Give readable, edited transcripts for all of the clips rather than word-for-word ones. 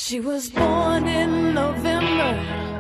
She was born in November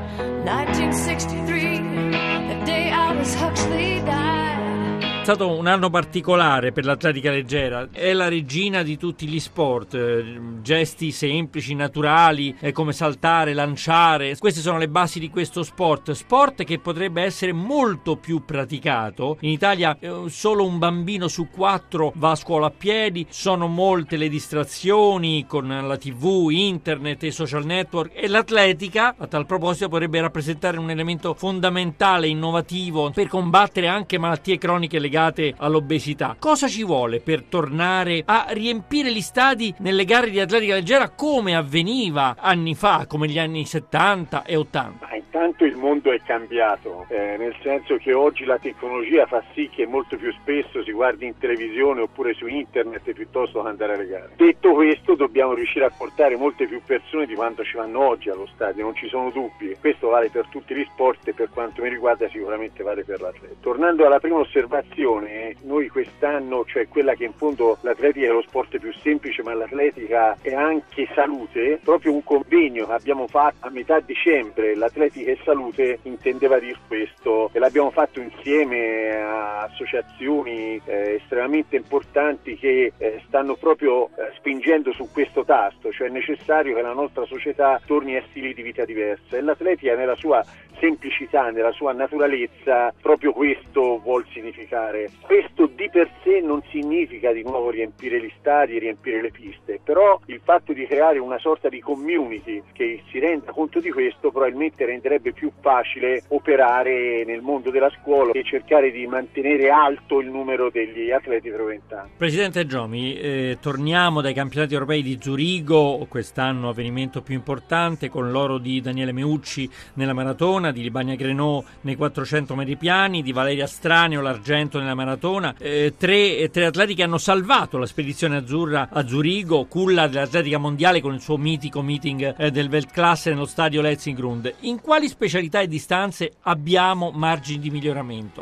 1963, the day Aldous Huxley died. È stato un anno particolare per l'atletica leggera, è la regina di tutti gli sport, gesti semplici, naturali, come saltare, lanciare, queste sono le basi di questo sport che potrebbe essere molto più praticato. In Italia solo un bambino su 4 va a scuola a piedi, sono molte le distrazioni con la TV, internet e social network, e l'atletica a tal proposito potrebbe rappresentare un elemento fondamentale, innovativo per combattere anche malattie croniche legate all'obesità. Cosa ci vuole per tornare a riempire gli stadi nelle gare di atletica leggera come avveniva anni fa, come gli anni 70 e 80? Ma intanto il mondo è cambiato, nel senso che oggi la tecnologia fa sì che molto più spesso si guardi in televisione oppure su internet piuttosto che andare alle gare. Detto questo, dobbiamo riuscire a portare molte più persone di quanto ci vanno oggi allo stadio, non ci sono dubbi. Questo vale per tutti gli sport e per quanto mi riguarda sicuramente vale per l'atleta. Tornando alla prima osservazione, noi quest'anno, cioè quella che in fondo l'atletica è lo sport più semplice, ma l'atletica è anche salute, proprio un convegno che abbiamo fatto a metà dicembre, l'atletica e salute intendeva dire questo, e l'abbiamo fatto insieme a associazioni estremamente importanti che stanno proprio spingendo su questo tasto, cioè è necessario che la nostra società torni a stili di vita diversi, e l'atletica nella sua semplicità, nella sua naturalezza, proprio questo vuol significare. Questo di per sé non significa di nuovo riempire gli stadi, riempire le piste, però il fatto di creare una sorta di community che si renda conto di questo probabilmente renderebbe più facile operare nel mondo della scuola e cercare di mantenere alto il numero degli atleti frequentanti. Presidente Giomi, torniamo dai campionati europei di Zurigo, quest'anno avvenimento più importante, con l'oro di Daniele Meucci nella maratona, di Libania Grenò nei 400 metri piani, di Valeria Straneo l'argento nella maratona, tre atleti che hanno salvato la spedizione azzurra a Zurigo, culla dell'atletica mondiale con il suo mitico meeting del Weltklasse nello stadio Letzigrund. In quali specialità e distanze abbiamo margini di miglioramento?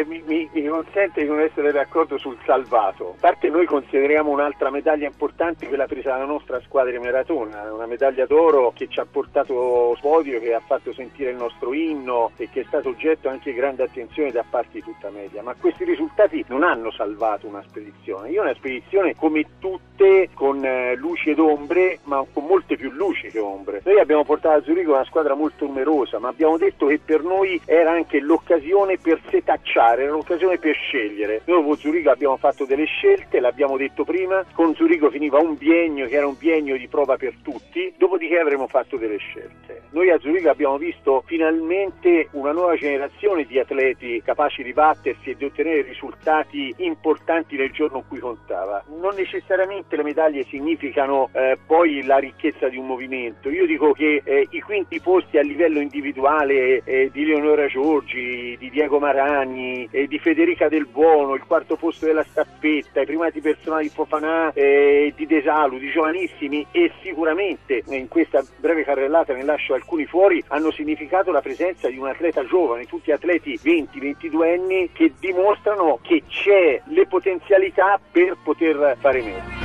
Mi consente di non essere d'accordo sul salvato. A parte, noi consideriamo un'altra medaglia importante quella presa dalla nostra squadra di maratona, una medaglia d'oro che ci ha portato podio, che ha fatto sentire il nostro inno e che è stato oggetto anche di grande attenzione da parte di tutta media, ma questi risultati non hanno salvato una spedizione. Io una spedizione come tutte, con luci ed ombre, ma con molte più luci che ombre. Noi abbiamo portato a Zurigo una squadra molto numerosa, ma abbiamo detto che per noi era anche l'occasione per setacciare, era l'occasione per scegliere. Noi con Zurigo abbiamo fatto delle scelte, l'abbiamo detto prima, con Zurigo finiva un biennio che era un biennio di prova per tutti, dopodiché avremo fatto delle scelte. Noi a Zurigo abbiamo visto finalmente una nuova generazione di atleti capaci di battersi e di ottenere risultati importanti nel giorno in cui contava. Non necessariamente le medaglie significano poi la ricchezza di un movimento. Io dico che i quinti posti a livello individuale di Leonora Giorgi, di Diego Marani, di Federica Del Buono, il quarto posto della staffetta, i primati personali di Fofanà, di De Salu, di giovanissimi, e sicuramente in questa breve carrellata ne lascio alcuni fuori, hanno significato la presenza di un atleta giovane, tutti atleti 20-22 anni che dimostrano che c'è le potenzialità per poter fare meglio.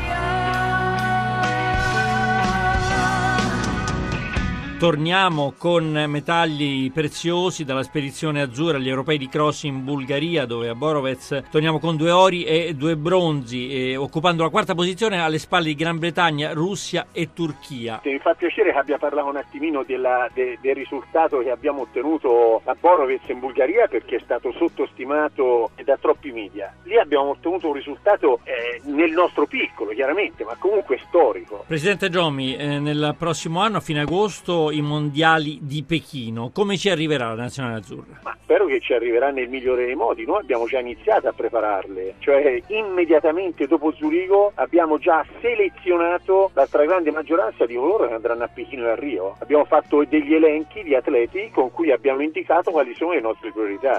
Torniamo con medagli preziosi dalla spedizione azzurra agli europei di cross in Bulgaria, dove a Borovec torniamo con 2 ori e 2 bronzi, occupando la quarta posizione alle spalle di Gran Bretagna, Russia e Turchia. Mi fa piacere che abbia parlato un attimino del risultato che abbiamo ottenuto a Borovec in Bulgaria, perché è stato sottostimato da troppi media. Lì abbiamo ottenuto un risultato nel nostro piccolo, chiaramente, ma comunque storico. Presidente Giomi, nel prossimo anno, a fine agosto, i mondiali di Pechino. Come ci arriverà la nazionale azzurra? Ma spero che ci arriverà nel migliore dei modi. Noi abbiamo già iniziato a prepararle, cioè immediatamente dopo Zurigo abbiamo già selezionato la stragrande maggioranza di coloro che andranno a Pechino e a Rio. Abbiamo fatto degli elenchi di atleti con cui abbiamo indicato quali sono le nostre priorità.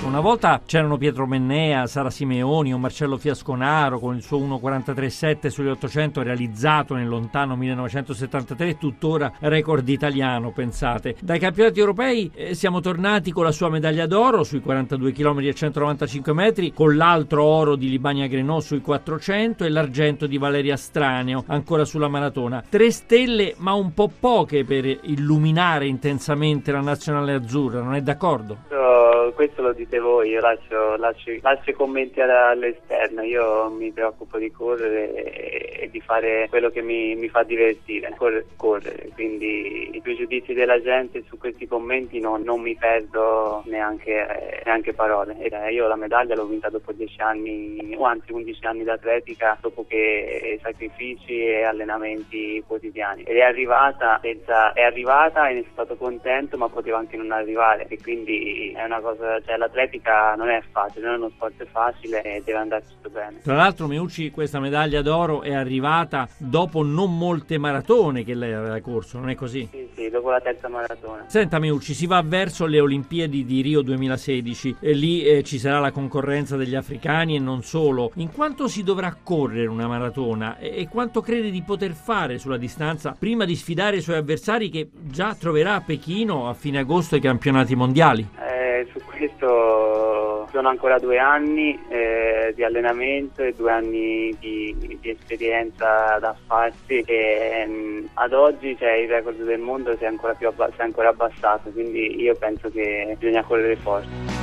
Una volta c'erano Pietro Mennea, Sara Simeoni o Marcello Fiasconaro con il suo 1.43.7 sugli 800 realizzato nel lontano 1973, tuttora record italiano, pensate. Dai campionati europei siamo tornati con la sua medaglia d'oro sui 42 km e 195 metri, con l'altro oro di Libania Grenò sui 400 e l'argento di Valeria Straneo ancora sulla maratona. 3 stelle ma un po' poche per illuminare intensamente la nazionale azzurra, non è d'accordo? Questo lo dite voi, io lascio i commenti all'esterno, io mi preoccupo di correre e di fare quello che mi fa divertire, correre, quindi i pregiudizi della gente su questi commenti non mi perdo neanche parole. Io la medaglia l'ho vinta dopo 10 anni, o anzi 11 anni d'atletica, dopo che sacrifici e allenamenti quotidiani, ed è arrivata e ne sono stato contento, ma poteva anche non arrivare, e quindi è una cosa, cioè l'atletica non è facile, non è uno sport facile e deve andarci tutto bene. Tra l'altro, Meucci, questa medaglia d'oro è arrivata dopo non molte maratone che lei aveva corso, non è così? Sì, dopo la terza maratona. Senta Meucci, si va verso le Olimpiadi di Rio 2016 e lì ci sarà la concorrenza degli africani e non solo. In quanto si dovrà correre una maratona e quanto crede di poter fare sulla distanza prima di sfidare i suoi avversari che già troverà a Pechino a fine agosto ai campionati mondiali? Su questo sono ancora 2 anni di allenamento e 2 anni di esperienza da farsi, e ad oggi il record del mondo si è ancora abbassato, quindi io penso che bisogna correre forte.